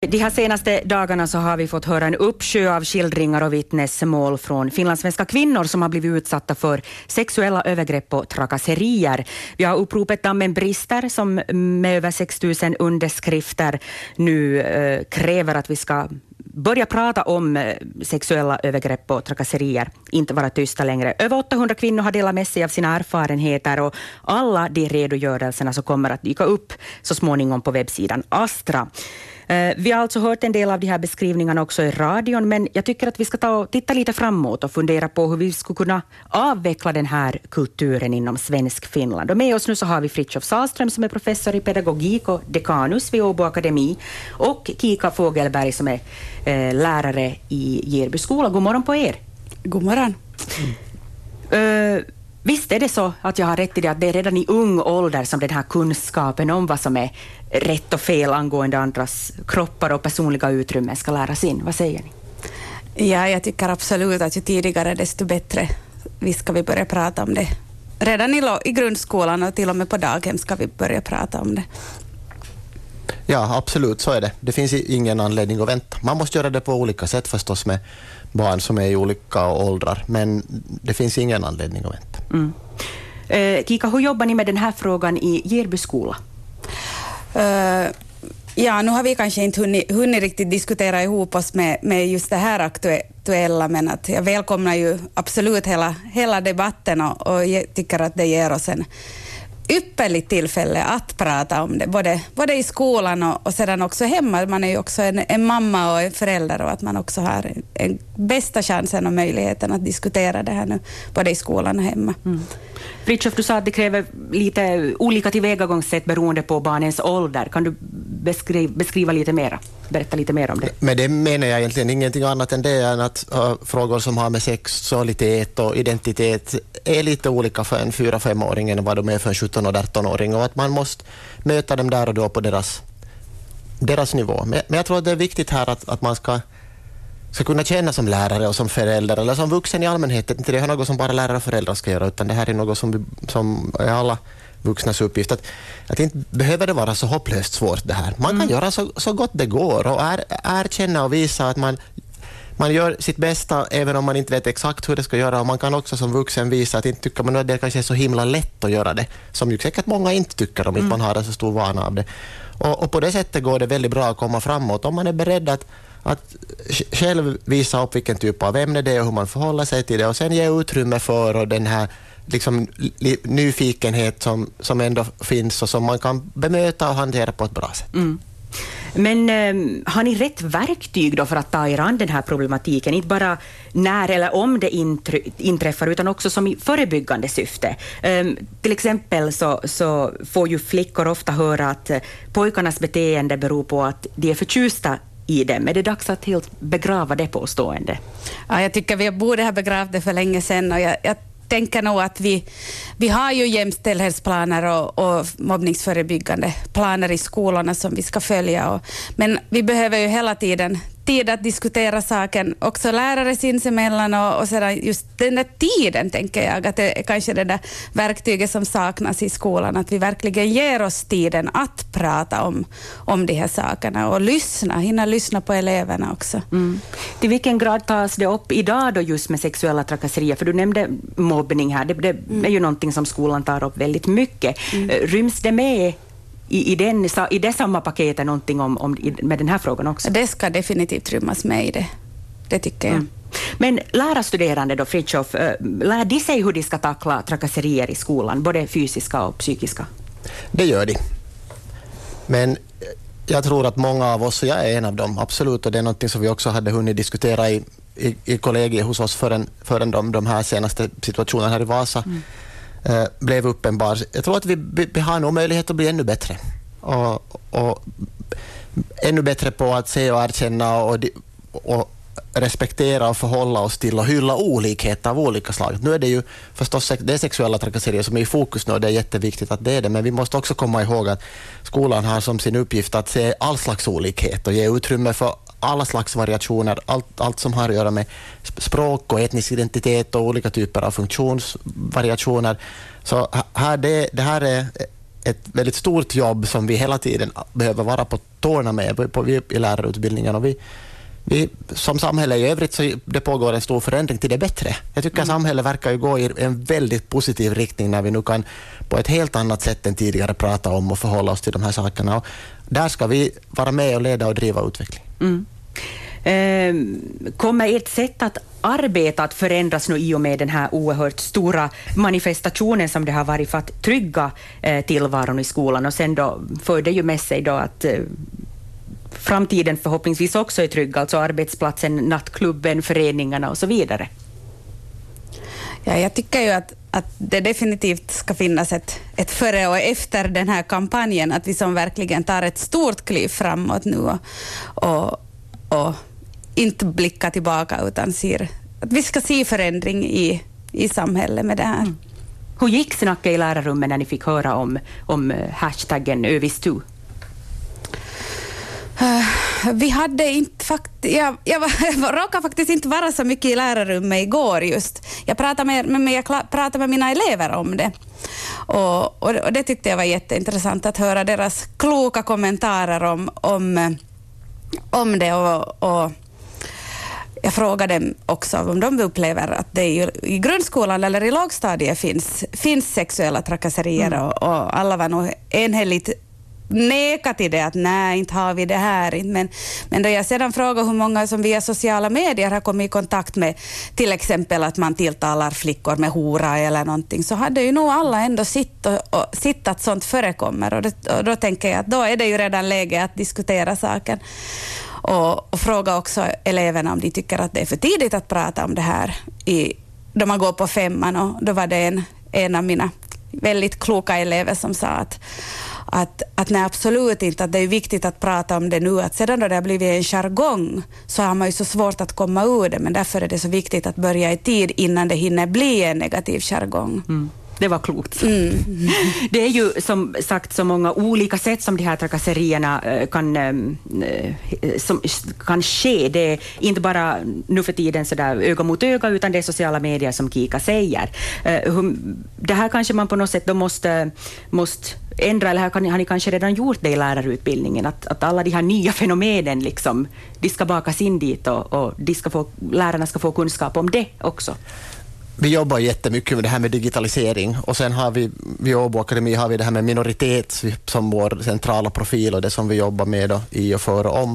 De här senaste dagarna så har vi fått höra en uppsjö av skildringar och vittnesmål från finlandssvenska kvinnor som har blivit utsatta för sexuella övergrepp och trakasserier. Vi har uppropet Dammen brister som med över 6 000 underskrifter nu kräver att vi ska börja prata om sexuella övergrepp och trakasserier, inte vara tysta längre. Över 800 kvinnor har delat med sig av sina erfarenheter och alla de redogörelserna så kommer att dyka upp så småningom på webbsidan Astra. Vi har alltså hört en del av de här beskrivningarna också i radion, men jag tycker att vi ska ta och titta lite framåt och fundera på hur vi skulle kunna avveckla den här kulturen inom svensk Finland. Och med oss nu så har vi Fritiof Sahlström som är professor i pedagogik och dekanus vid Åbo Akademi och Kika Fogelberg som är lärare i Järby skola. God morgon på er. God morgon. Visst är det så att jag har rätt i det att det är redan i ung ålder som den här kunskapen om vad som är rätt och fel angående andras kroppar och personliga utrymmen ska läras in. Vad säger ni? Ja, jag tycker absolut att ju tidigare desto bättre vi ska vi börja prata om det. Redan i grundskolan och till och med på daghem ska vi börja prata om det. Ja, absolut, så är det. Det finns ingen anledning att vänta. Man måste göra det på olika sätt förstås med barn som är i olika åldrar, men det finns ingen anledning att vänta. Kika, hur jobbar ni med den här frågan i Järby skola? Ja, nu har vi kanske inte hunnit riktigt diskutera ihop oss med just det här aktuella, men att jag välkomnar ju absolut hela debatten och jag tycker att det ger oss en ypperligt tillfälle att prata om det, både i skolan och sedan också hemma. Man är ju också en mamma och en förälder och att man också har en bästa chansen och möjligheten att diskutera det här nu, både i skolan och hemma. Fritiof, du sa att det kräver lite olika tillvägagångssätt beroende på barnens ålder. Kan du beskriva lite mera? Berätta lite mer om det. Men det menar jag egentligen ingenting annat än det än att frågor som har med sexualitet och identitet är lite olika för en 4-5-åring än vad de är för en 17- och 18-åring och att man måste möta dem där och då på deras nivå. Men jag tror att det är viktigt här att man ska kunna känna som lärare och som förälder eller som vuxen i allmänhet. Inte det är något som bara lärare och föräldrar ska göra, utan det här är något som är alla vuxnas uppgift. Att inte behöver det vara så hopplöst svårt det här. Man kan göra så gott det går och erkänna och visa att man gör sitt bästa även om man inte vet exakt hur det ska göra, och man kan också som vuxen visa att inte tycker man att det kanske är så himla lätt att göra det, som ju säkert många inte tycker om inte man har en så stor vana av det. Och på det sättet går det väldigt bra att komma framåt om man är beredd att själv visa upp vilken typ av ämne det är och hur man förhåller sig till det och sen ge utrymme för och den här liksom nyfikenhet som ändå finns och som man kan bemöta och hantera på ett bra sätt. Men har ni rätt verktyg då för att ta er an den här problematiken? Inte bara när eller om det inträffar utan också som i förebyggande syfte. Till exempel så får ju flickor ofta höra att pojkarnas beteende beror på att de är förtjusta i dem. Är det dags att helt begrava det påstående? Ja, jag tycker vi borde ha begravt det för länge sedan och jag tänker nog att vi har ju jämställdhetsplaner och mobbningsförebyggande planer i skolorna som vi ska följa. Men vi behöver ju hela tiden tid att diskutera saken, också lärare sinsemellan och sedan just den där tiden tänker jag att det är kanske det där verktyget som saknas i skolan, att vi verkligen ger oss tiden att prata om de här sakerna och hinna lyssna på eleverna också. Till vilken grad tas det upp idag då just med sexuella trakasserier? För du nämnde mobbning här, det är ju någonting som skolan tar upp väldigt mycket. Ryms det med i det samma paketet någonting med den här frågan också? Det ska definitivt rymmas med i det. Det tycker jag. Men lärarstuderande då, Fritiof, lär de sig hur de ska tackla trakasserier i skolan, både fysiska och psykiska? Det gör de. Men jag tror att många av oss, och jag är en av dem, absolut, och det är någonting som vi också hade hunnit diskutera i kollegiet hos oss förrän de här senaste situationerna här i Vasa blev uppenbar. Jag tror att vi har nog möjlighet att bli ännu bättre och ännu bättre på att se och erkänna och respektera och förhålla oss till och hylla olikhet av olika slag. Nu är det ju förstås det sexuella trakasserier som är i fokus nu och det är jätteviktigt att det är det, men vi måste också komma ihåg att skolan har som sin uppgift att se all slags olikhet och ge utrymme för alla slags variationer, allt som har att göra med språk och etnisk identitet och olika typer av funktionsvariationer. Så det här är ett väldigt stort jobb som vi hela tiden behöver vara på tårna med i lärarutbildningen, och vi som samhälle i övrigt så det pågår en stor förändring till det bättre. Jag tycker att samhället verkar ju gå i en väldigt positiv riktning när vi nu kan på ett helt annat sätt än tidigare prata om och förhålla oss till de här sakerna. Och där ska vi vara med och leda och driva utveckling. Kommer ert sätt att arbeta att förändras nu i och med den här oerhört stora manifestationen som det har varit för att trygga tillvaron i skolan, och sen då för det ju med sig då att framtiden förhoppningsvis också är trygg, alltså arbetsplatsen, nattklubben, föreningarna och så vidare? Ja, jag tycker ju att det definitivt ska finnas ett före och efter den här kampanjen, att vi som verkligen tar ett stort kliv framåt nu och inte blickar tillbaka utan ser att vi ska se förändring i samhället med det här. Hur gick snacket i lärarrummet när ni fick höra om hashtaggen #övis2? Vi hade inte jag råkade faktiskt inte vara så mycket i lärarrummet igår just. Jag pratade med mina elever om det. Och det tyckte jag var jätteintressant att höra deras kloka kommentarer om det, och jag frågade dem också om de upplever att det i grundskolan eller i lågstadiet finns sexuella trakasserier, och alla var nog enhälligt neka till det, att nej, inte har vi det här. Men då jag sedan frågar hur många som via sociala medier har kommit i kontakt med till exempel att man tilltalar flickor med hora eller någonting, så hade ju nog alla ändå sitt att sånt förekommer, och då tänker jag att då är det ju redan läge att diskutera saken. Och fråga också eleverna om de tycker att det är för tidigt att prata om det här då man går på 5:an, och då var det en av mina väldigt kloka elever som sa att nej, absolut inte, att det är viktigt att prata om det nu, att sedan då det har blivit en jargong så har man ju så svårt att komma ur det, men därför är det så viktigt att börja i tid innan det hinner bli en negativ jargong. Det var klokt. Det är ju som sagt så många olika sätt som de här trakasserierna kan ske. Det är inte bara nu för tiden så där öga mot öga, utan det är sociala medier som Kika säger. Det här kanske man på något sätt då måste ändra, eller har ni kanske redan gjort det i lärarutbildningen, att alla de här nya fenomenen liksom, de ska bakas in dit och lärarna ska få kunskap om det också. Vi jobbar jättemycket med det här med digitalisering, och sen har vi vid Åbo Akademi har vi det här med minoritet som vår centrala profil, och det som vi jobbar med då, i och för och om.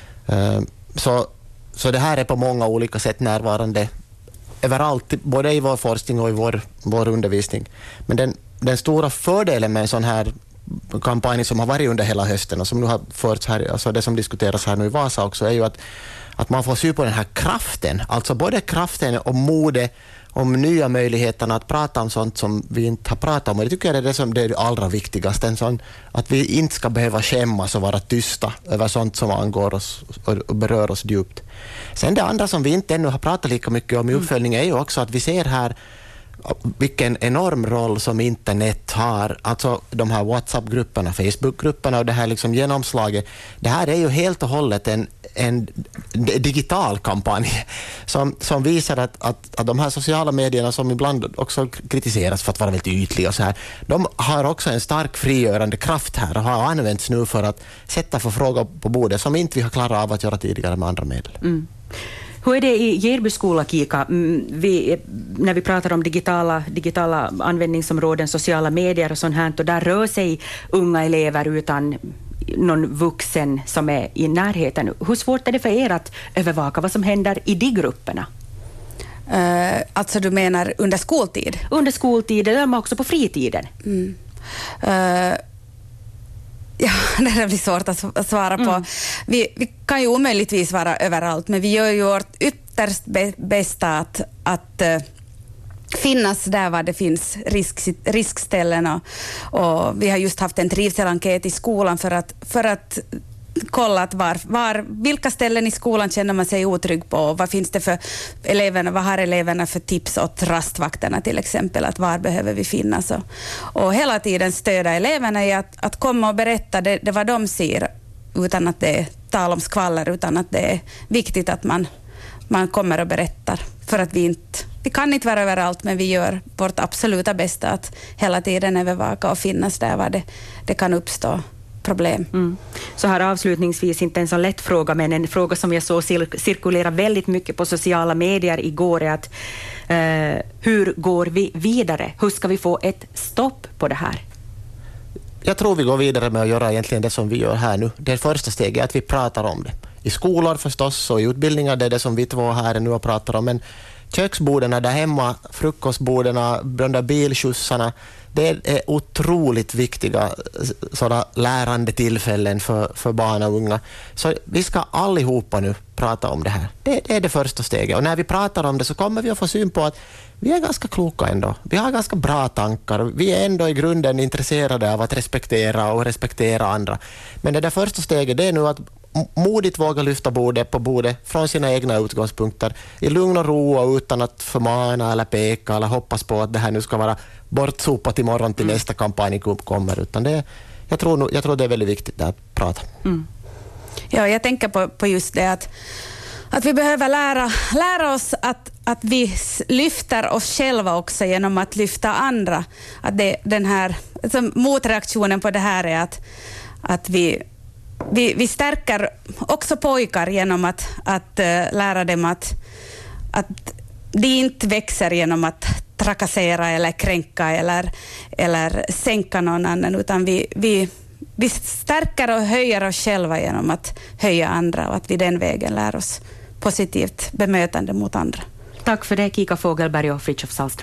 Så det här är på många olika sätt närvarande överallt, både i vår forskning och i vår undervisning. Men den stora fördelen med en sån här kampanj som har varit under hela hösten och som nu har förts här, alltså det som diskuteras här nu i Vasa också, är ju att man får se på den här kraften, alltså både kraften och mode om nya möjligheterna att prata om sånt som vi inte har pratat om. Och det tycker jag är det allra viktigaste. Att vi inte ska behöva skämmas och vara tysta över sånt som angår oss och berör oss djupt. Sen det andra som vi inte ännu har pratat lika mycket om i uppföljning är ju också att vi ser här vilken enorm roll som internet har, alltså de här WhatsApp-grupperna, Facebook-grupperna och det här liksom genomslaget. Det här är ju helt och hållet en digital kampanj som visar att de här sociala medierna, som ibland också kritiseras för att vara väldigt ytliga och så här, de har också en stark frigörande kraft här och har använts nu för att sätta förfrågor på bordet som inte vi har klarat av att göra tidigare med andra medel. Hur är det i Järby skola, Kika? När vi pratar om digitala användningsområden, sociala medier och sånt här, och där rör sig unga elever utan någon vuxen som är i närheten. Hur svårt är det för er att övervaka vad som händer i de grupperna? Alltså du menar under skoltid? Under skoltid eller också på fritiden? Ja, det blir svårt att svara på. Vi kan ju omöjligtvis vara överallt, men vi gör ju vårt ytterst bästa att finnas där var det finns riskställen, och vi har just haft en trivselenkät i skolan för att kolla att vilka ställen i skolan känner man sig otrygg på, och vad finns det för eleverna, vad har eleverna för tips åt rastvakterna till exempel, att var behöver vi finnas, och hela tiden stödja eleverna i att komma och berätta det vad de ser, utan att det är tal om skvaller, utan att det är viktigt att man kommer och berättar, för att vi inte vi kan inte vara överallt, men vi gör vårt absoluta bästa att hela tiden övervaka och finnas där var det kan uppstå problem. Så här avslutningsvis, inte en så lätt fråga, men en fråga som jag såg cirkulera väldigt mycket på sociala medier igår är att hur går vi vidare? Hur ska vi få ett stopp på det här? Jag tror vi går vidare med att göra egentligen det som vi gör här nu. Det första steget är att vi pratar om det. I skolor förstås och i utbildningar, det är det som vi två här nu och pratar om. Men köksborden där hemma, frukostborden, de där bilskjutsarna, det är otroligt viktiga sådana lärande tillfällen för barn och unga. Så vi ska allihopa nu prata om det här. Det är det första steget. Och när vi pratar om det så kommer vi att få syn på att vi är ganska kloka ändå. Vi har ganska bra tankar. Vi är ändå i grunden intresserade av att respektera andra. Men det där första steget, det är nu att modigt våga lyfta på bordet från sina egna utgångspunkter i lugn och ro och utan att förmana eller peka eller hoppas på att det här nu ska vara bortsopat imorgon till nästa kampanj kommer. Utan jag tror det är väldigt viktigt att prata. Ja, jag tänker på just det att vi behöver lära oss att vi lyfter oss själva också genom att lyfta andra. Att den här motreaktionen på det här är att vi stärker också pojkar genom att lära dem att de inte växer genom att trakassera eller kränka eller sänka någon annan, utan vi stärker och höjer oss själva genom att höja andra och att vi den vägen lär oss positivt bemötande mot andra. Tack för det, Kika Fogelberg och Fritiof Sahlström.